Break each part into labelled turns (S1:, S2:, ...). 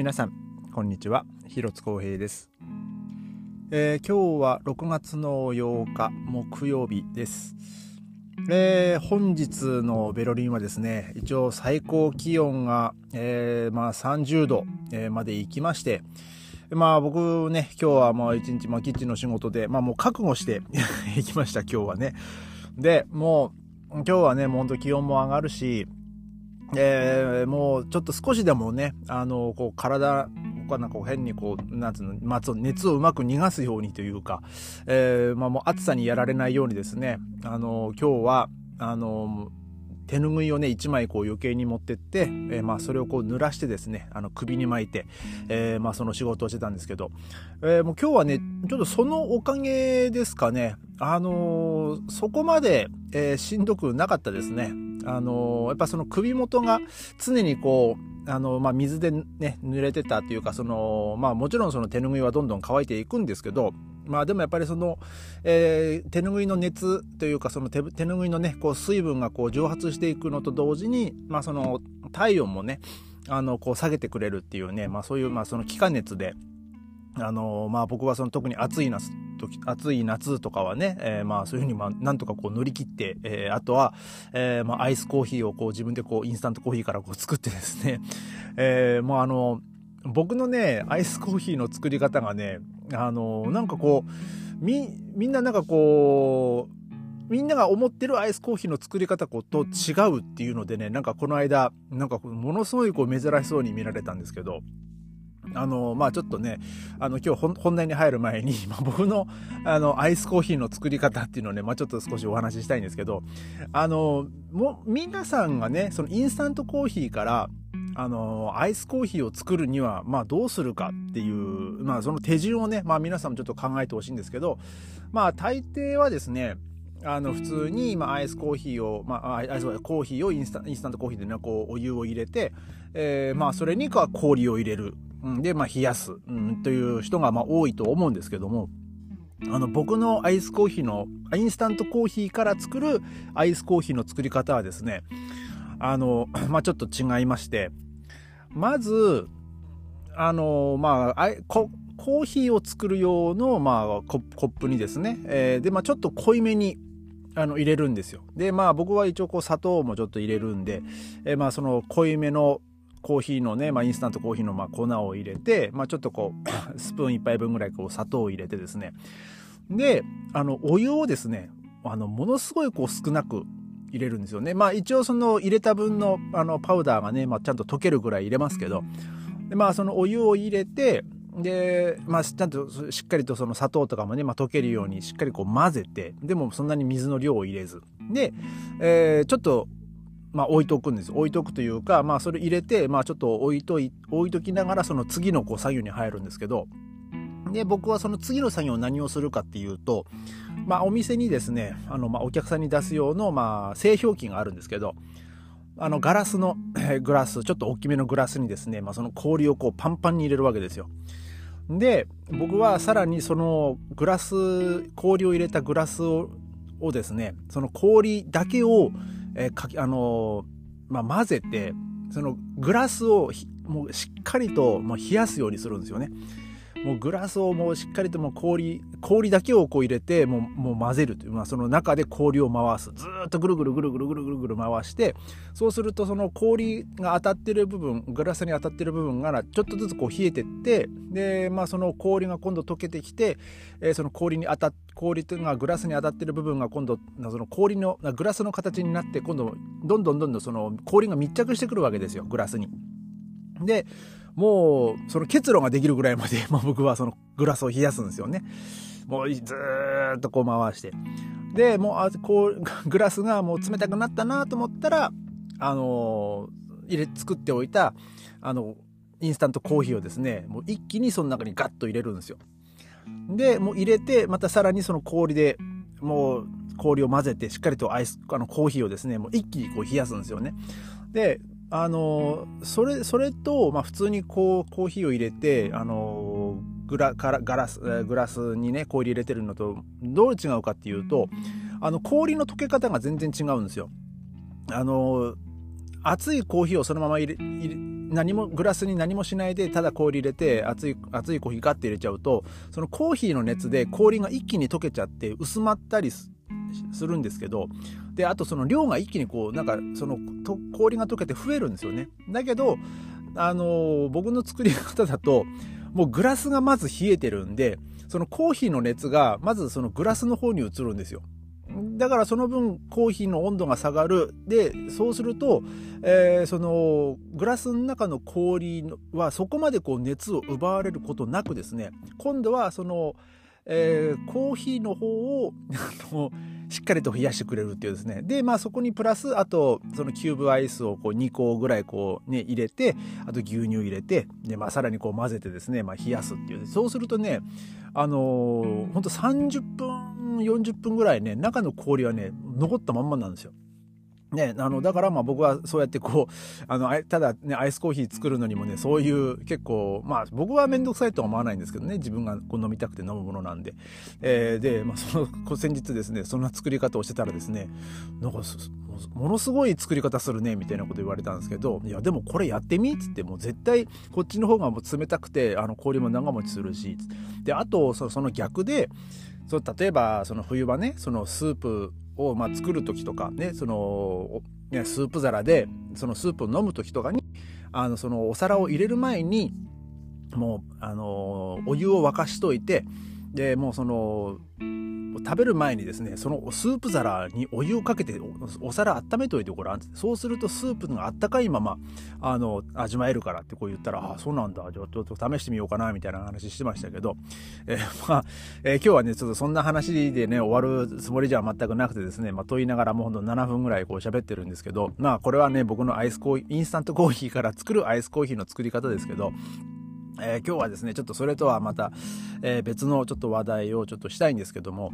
S1: 皆さんこんにちは、広津光平です。今日は6月の8日木曜日です。本日のベルリンはですね、一応最高気温が、30度、まで行きまして、僕ね、今日はもう一日、キッチンの仕事で、もう覚悟して行きました。今日はね。で、もう今日はね、もう本当気温も上がるし、もうちょっと少しでもね、体が変に熱をうまく逃がすようにというか、もう暑さにやられないようにですね、今日は手ぬぐいをね1枚余計に持ってって、それを濡らしてですね、首に巻いて、その仕事をしてたんですけど、もう今日はねちょっとそのおかげですかね、そこまで、しんどくなかったですね。やっぱその首元が常に水でね濡れてたというか、もちろんその手ぬぐいはどんどん乾いていくんですけど、でもやっぱり手ぬぐいの熱というか、その手ぬぐいのね水分が蒸発していくのと同時に、その体温もね下げてくれるっていうね、そういうその気化熱で、僕は特に暑い夏とかはね、そういうふうになんとか乗り切って、あとは、アイスコーヒーを自分でインスタントコーヒーから作ってですね、僕のねアイスコーヒーの作り方がね、みんなみんなが思ってるアイスコーヒーの作り方と違うっていうのでね、この間ものすごい珍しそうに見られたんですけど、ちょっとね、今日本題に入る前に、僕のアイスコーヒーの作り方っていうのをね、ちょっと少しお話ししたいんですけど、皆さんがね、そのインスタントコーヒーからアイスコーヒーを作るにはどうするかっていう、その手順をね、皆さんもちょっと考えてほしいんですけど、大抵はですね、普通にアイスコーヒーを、コーヒーをインスタントコーヒーでねお湯を入れて、それに氷を入れる。で、冷やす、という人が多いと思うんですけども、僕のアイスコーヒーのインスタントコーヒーから作るアイスコーヒーの作り方はですね、ちょっと違いまして、まずコーヒーを作る用のコップにですね、でちょっと濃いめに入れるんですよ。で僕は一応砂糖もちょっと入れるんで、その濃いめのコーヒーのね、インスタントコーヒーの粉を入れて、ちょっとスプーン1杯分ぐらい砂糖を入れてですね、でお湯をですねものすごい少なく入れるんですよね。一応その入れた分のパウダーがね、ちゃんと溶けるぐらい入れますけど、でそのお湯を入れて、でちゃんとしっかりとその砂糖とかもね、溶けるようにしっかり混ぜて、でもそんなに水の量を入れずで、ちょっと置いとくんです。置いとくというか、それ入れて、ちょっと置いときながら、その次の作業に入るんですけど、で僕はその次の作業何をするかっていうと、お店にですねお客さんに出す用の製氷機があるんですけど、ガラスのグラス、ちょっと大きめのグラスにですね、その氷をパンパンに入れるわけですよ。で僕はさらにその氷を入れたグラスをですね、その氷だけを混ぜて、そのグラスをもうしっかりと冷やすようにするんですよね。もうグラスをもうしっかりと氷だけを入れてもう混ぜるという、その中で氷を回す、ずーっとぐるぐる回して、そうするとその氷が当たってる部分、グラスに当たってる部分がちょっとずつ冷えてって、でその氷が今度溶けてきて、その氷というのがグラスに当たってる部分が今度その氷のグラスの形になって、今度どんどんその氷が密着してくるわけですよ、グラスに。でもうその結露ができるぐらいまで、僕はそのグラスを冷やすんですよね。もうずーっと回して、でもうグラスがもう冷たくなったなと思ったら、作っておいたインスタントコーヒーをですね、もう一気にその中にガッと入れるんですよ。でもう入れて、またさらにその氷でもう氷を混ぜて、しっかりとコーヒーをですねもう一気に冷やすんですよね。でそれと、普通にコーヒーを入れてグラスにね氷入れてるのとどう違うかっていうと、氷の溶け方が全然違うんですよ。熱いコーヒーをそのまま入グラスに何もしないでただ氷入れて熱いコーヒーガッて入れちゃうと、そのコーヒーの熱で氷が一気に溶けちゃって薄まったりするんですけど、であとその量が一気にこうなんかその氷が溶けて増えるんですよね。だけど僕の作り方だともうグラスがまず冷えてるんで、そのコーヒーの熱がまずそのグラスの方に移るんですよ。だからその分コーヒーの温度が下がる。でそうすると、そのグラスの中の氷はそこまでこう熱を奪われることなくですね、今度はその、コーヒーの方をしっかりと冷やしてくれるっていうですね。でそこにプラスあとそのキューブアイスをこう2個ぐらいこうね入れて、あと牛乳入れて、でさらにこう混ぜてですね、冷やすっていう。そうするとねほんと30分40分ぐらいね、中の氷はね残ったまんまなんですよ。ね、だから僕はそうやってこうただねアイスコーヒー作るのにもね、そういう結構僕は面倒くさいとは思わないんですけどね、自分がこう飲みたくて飲むものなんで、で先日ですねそんな作り方をしてたらですね、なんかものすごい作り方するねみたいなこと言われたんですけど、いやでもこれやってみっつって、もう絶対こっちの方がもう冷たくて氷も長持ちするし、であとその逆で、例えばその冬場ね、そのスープを作る時とかね、スープ皿でそのスープを飲む時とかにそのお皿を入れる前にもうお湯を沸かしといて、でもうその食べる前にですね、そのスープ皿にお湯をかけてお皿温めといてごらん。そうするとスープがあったかいまま味わえるからってこう言ったら、そうなんだ、じゃあちょっと試してみようかなみたいな話してましたけど、今日はねちょっとそんな話でね終わるつもりじゃ全くなくてですね、と言いながらもうほんと7分ぐらいこう喋ってるんですけど、これはね僕のインスタントコーヒーから作るアイスコーヒーの作り方ですけど、今日はですねちょっとそれとはまた、別のちょっと話題をちょっとしたいんですけども、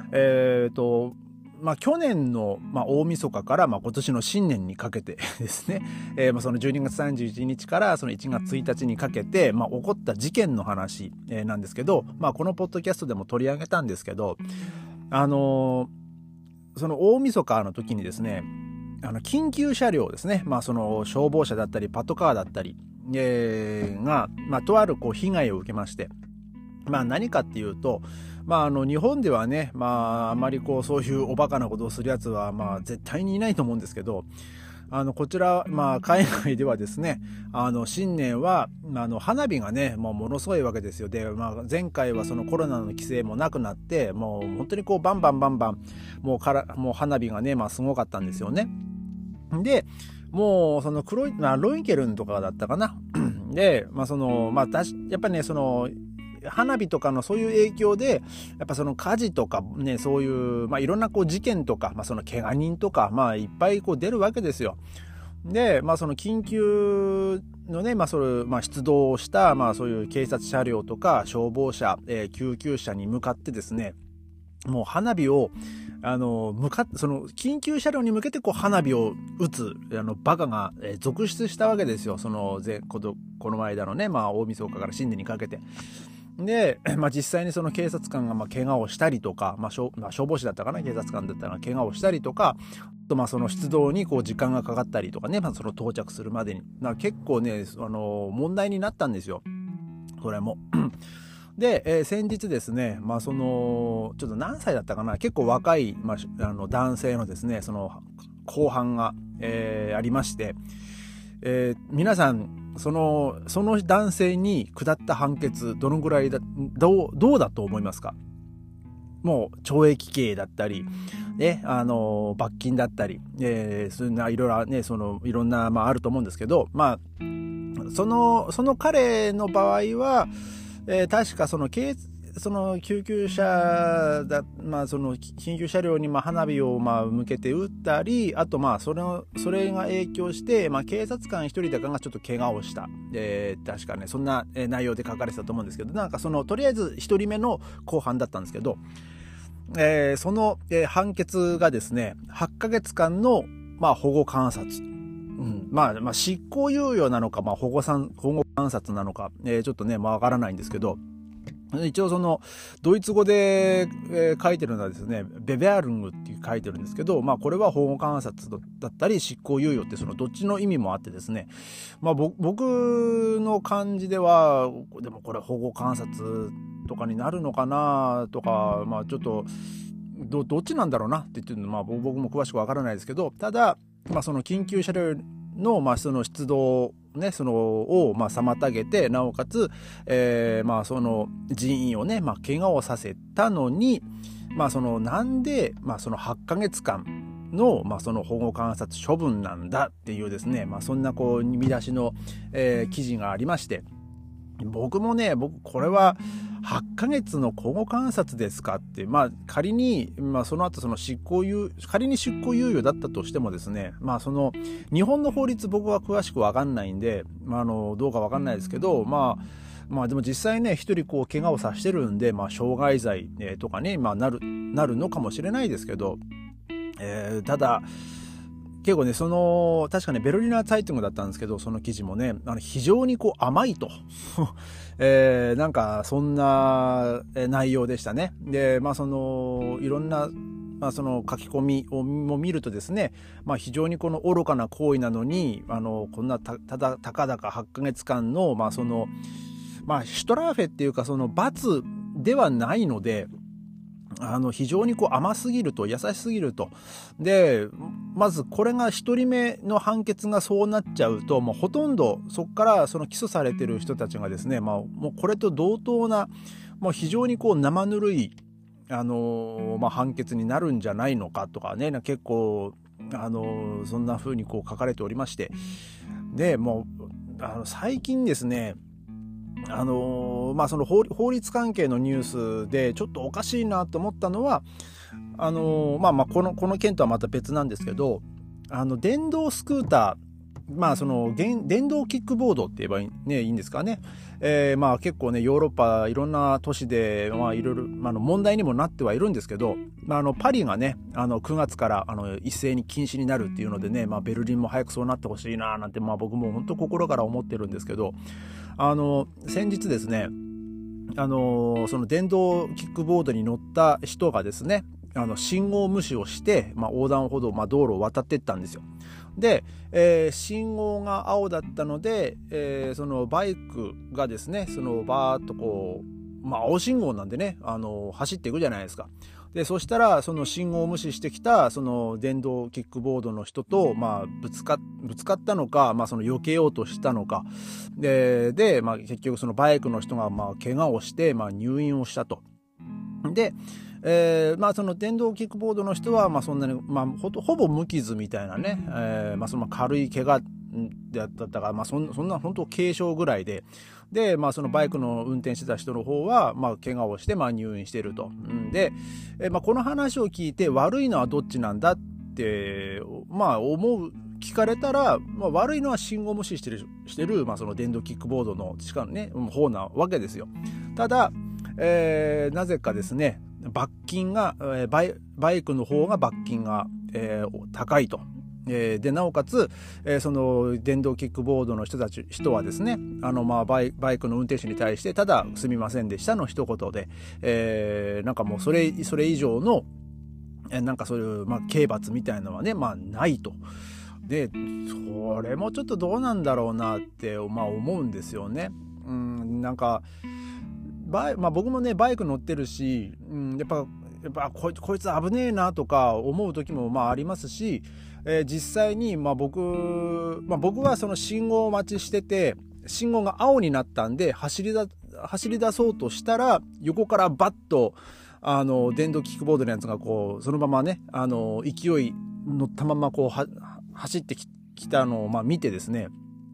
S1: 去年の、大晦日から、今年の新年にかけてですね、その12月31日からその1月1日にかけて、起こった事件の話、なんですけど、このポッドキャストでも取り上げたんですけど、その大晦日の時にですね、緊急車両ですね、その消防車だったりパトカーだったり、が、とあるこう被害を受けまして、何かっていうと、日本ではね、あまりこうそういうおバカなことをするやつは絶対にいないと思うんですけど、こちら、海外ではですね、新年は花火がねものすごいわけですよ。で、前回はそのコロナの規制もなくなって、もう本当にこうバンバンもう花火がねすごかったんですよね。でもうそのロイケルンとかだったかなで、やっぱりねその花火とかのそういう影響でやっぱその火事とかね、そういういろんなこう事件とか、その怪我人とかいっぱいこう出るわけですよ。でその緊急のね出動したそういう警察車両とか消防車、救急車に向かってですね、もう花火をその緊急車両に向けてこう花火を撃つバカが続出したわけですよ。この間のね、大晦日から新年にかけて。で、実際にその警察官が怪我をしたりとか、消防士だったかな、警察官だったら怪我をしたりとか、とその出動にこう時間がかかったりとかね、その到着するまでに結構ね問題になったんですよ、これも。で、先日ですね、ちょっと何歳だったかな、結構若い、男性のですねその公判が、ありまして、皆さんその男性に下った判決どのぐらいどうだと思いますか？もう懲役刑だったり、ね、罰金だったり、そういうないろいろね、いろんなあると思うんですけど、その彼の場合は、確かその救急車だ、その緊急車両に花火を向けて撃ったり、あとそれが影響して、警察官一人だけがちょっと怪我をした、確かねそんな内容で書かれてたと思うんですけど、とりあえず一人目の公判だったんですけど、その、判決がですね8ヶ月間の保護観察、執行猶予なのか保護観察なのか、ちょっとねわからないんですけど、 一応そのドイツ語で、書いてるのはですね、ベベアルングって書いてるんですけど、これは保護観察だったり執行猶予ってそのどっちの意味もあってですね、僕の感じでは、でもこれ保護観察とかになるのかなとか、ちょっとどっちなんだろうなって言ってるの、僕も詳しくわからないですけど、ただ、その緊急車両の、その出動ね、そのを妨げて、なおかつ、その人員をね、怪我をさせたのに、そのなんで、その8ヶ月間の、その保護観察処分なんだっていうですね、そんな見出しの、記事がありまして、僕これは8ヶ月の保護観察ですかって、仮に、その後仮に執行猶予だったとしてもですね、その日本の法律僕は詳しくわかんないんで、どうかわかんないですけど、でも実際ね、一人怪我をさせてるんで、傷害罪とかね、なるのかもしれないですけど、ただ、結構ね、確かね、ベルリナー・ツァイトゥングだったんですけど、その記事もね、非常に甘いと。なんか、そんな内容でしたね。で、いろんな、その書き込みを見るとですね、非常に愚かな行為なのに、こんなたかだか8ヶ月間の、シュトラーフェっていうか、その罰ではないので、非常に甘すぎると、優しすぎると。で、まずこれが一人目の判決がそうなっちゃうと、もうほとんどそこからその起訴されてる人たちがですね、もうこれと同等な、もう非常に生ぬるい、判決になるんじゃないのかとかね、結構、そんな風に書かれておりまして。で、もう、最近ですね、その法律関係のニュースでちょっとおかしいなと思ったのは、この件とはまた別なんですけど、電動スクーター、その電動キックボードって言えばいいんですかね。結構ね、ヨーロッパいろんな都市で、いろいろ、問題にもなってはいるんですけど、パリがね、9月から一斉に禁止になるっていうのでね、ベルリンも早くそうなってほしいななんて、僕も本当心から思ってるんですけど、先日ですね、その電動キックボードに乗った人がですね、信号無視をして、横断歩道、道路を渡っていったんですよ。で、信号が青だったので、そのバイクがですね、そのバーッと青信号なんでね、走っていくじゃないですか。で、そしたら、その信号を無視してきた、その電動キックボードの人と、ぶつかったのか、その避けようとしたのか。で、結局そのバイクの人が、怪我をして、入院をしたと。で、その電動キックボードの人は、そんなに、ほぼ無傷みたいなね、その軽い怪我だったから、そんな本当軽傷ぐらいで、そのバイクの運転してた人の方は、怪我をして、入院していると。で、この話を聞いて悪いのはどっちなんだって、聞かれたら、悪いのは信号無視してる、その電動キックボードのしかね、方なわけですよ。ただ、なぜかですね、罰金が、バイクの方が罰金が、高いと。でなおかつ、その電動キックボードの人はですね、バイクの運転手に対してただすみませんでしたの一言で、なんかもうそれ以上のなんかそういう、刑罰みたいなのはね、ないと。でそれもちょっとどうなんだろうなって、思うんですよね。なんか僕もねバイク乗ってるし、やっぱこいつ危ねえなとか思う時もありますし、実際に僕はその信号待ちしてて、信号が青になったんで走り出そうとしたら、横からバッと電動キックボードのやつがそのままね勢い乗ったまま走ってきたのを見てですね、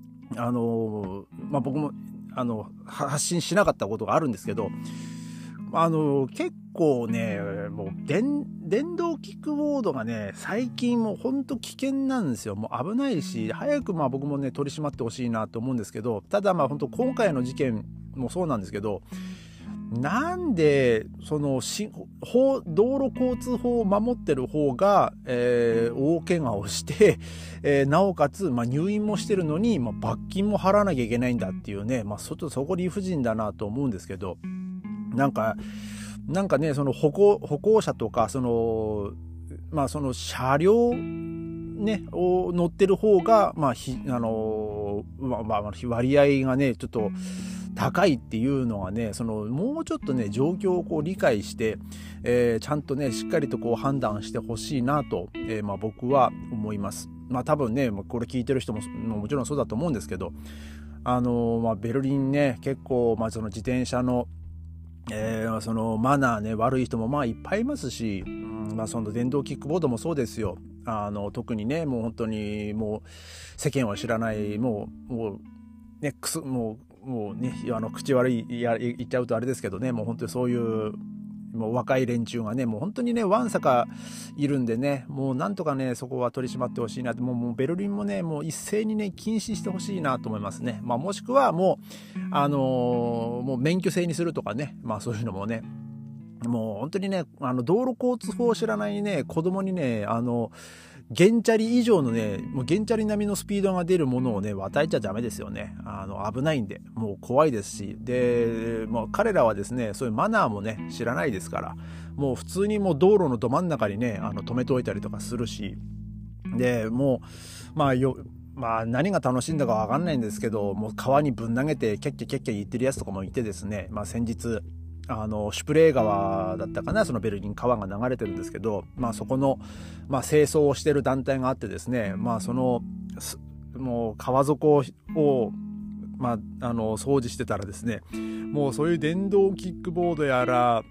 S1: 僕も発信しなかったことがあるんですけど、結構ね、もう電動キックボードがね、最近もうほんと危険なんですよ。もう危ないし、早く僕もね、取り締まってほしいなと思うんですけど、ただ本当今回の事件もそうなんですけど、なんで、その、道路交通法を守ってる方が、大怪我をして、なおかつ、入院もしてるのに、罰金も払わなきゃいけないんだっていうね、そこ理不尽だなと思うんですけど、 なんかね、その歩行者とか、その車両ね、を乗ってる方が、割合がね、ちょっと高いっていうのがね、もうちょっとね、状況をこう理解して、ちゃんとね、しっかりとこう判断してほしいなと、僕は思います。多分ね、これ聞いてる人ももちろんそうだと思うんですけど、ベルリンね、結構、その自転車のそのマナーね悪い人もいっぱいいますし、その電動キックボードもそうですよ。特にね、もう本当にもう世間は知らないもうねもうね口悪い言っちゃうとあれですけどね、もう本当にそういうもう若い連中がね、もう本当にねわんさかいるんでね、もうなんとかねそこは取り締まってほしいなって、もうベルリンもねもう一斉にね禁止してほしいなと思いますね。もしくはもうもう免許制にするとかね、そういうのもね、もう本当にね道路交通法を知らないね子供にね原チャリ以上のね、もう原チャリ並みのスピードが出るものをね、与えちゃダメですよね。危ないんで、もう怖いですし、で、もう彼らはですね、そういうマナーもね、知らないですから、もう普通にもう道路のど真ん中にね、止めておいたりとかするし、で、もう、何が楽しいんだかわかんないんですけど、もう川にぶん投げて、キャッキャキャッキャ言ってるやつとかもいてですね、先日、シュプレー川だったかな、そのベルリン川が流れてるんですけど、そこの、清掃をしてる団体があってですね、もう川底を掃除してたらですね、もうそういう電動キックボードやら、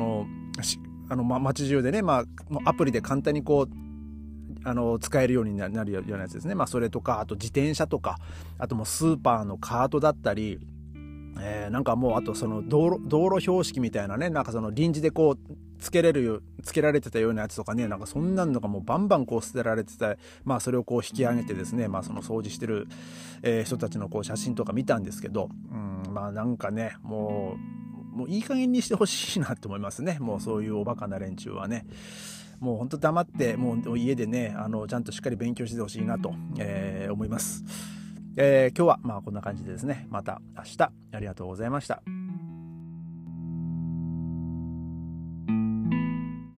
S1: 街中でね、もうアプリで簡単にこう使えるようになるようなやつですね。それとか、あと自転車とか、あともうスーパーのカートだったり、なんかもうあとその道路標識みたいなね、なんかその臨時でこうつけられてたようなやつとかね、なんかそんなのがもうバンバンこう捨てられてた、それをこう引き上げてですね、その掃除してる、人たちのこう写真とか見たんですけど、なんかね、もういい加減にしてほしいなって思いますね。もうそういうおバカな連中はね、もう本当黙ってもう家でねちゃんとしっかり勉強してほしいなと、思います。今日はこんな感じでですね、また明日ありがとうございました。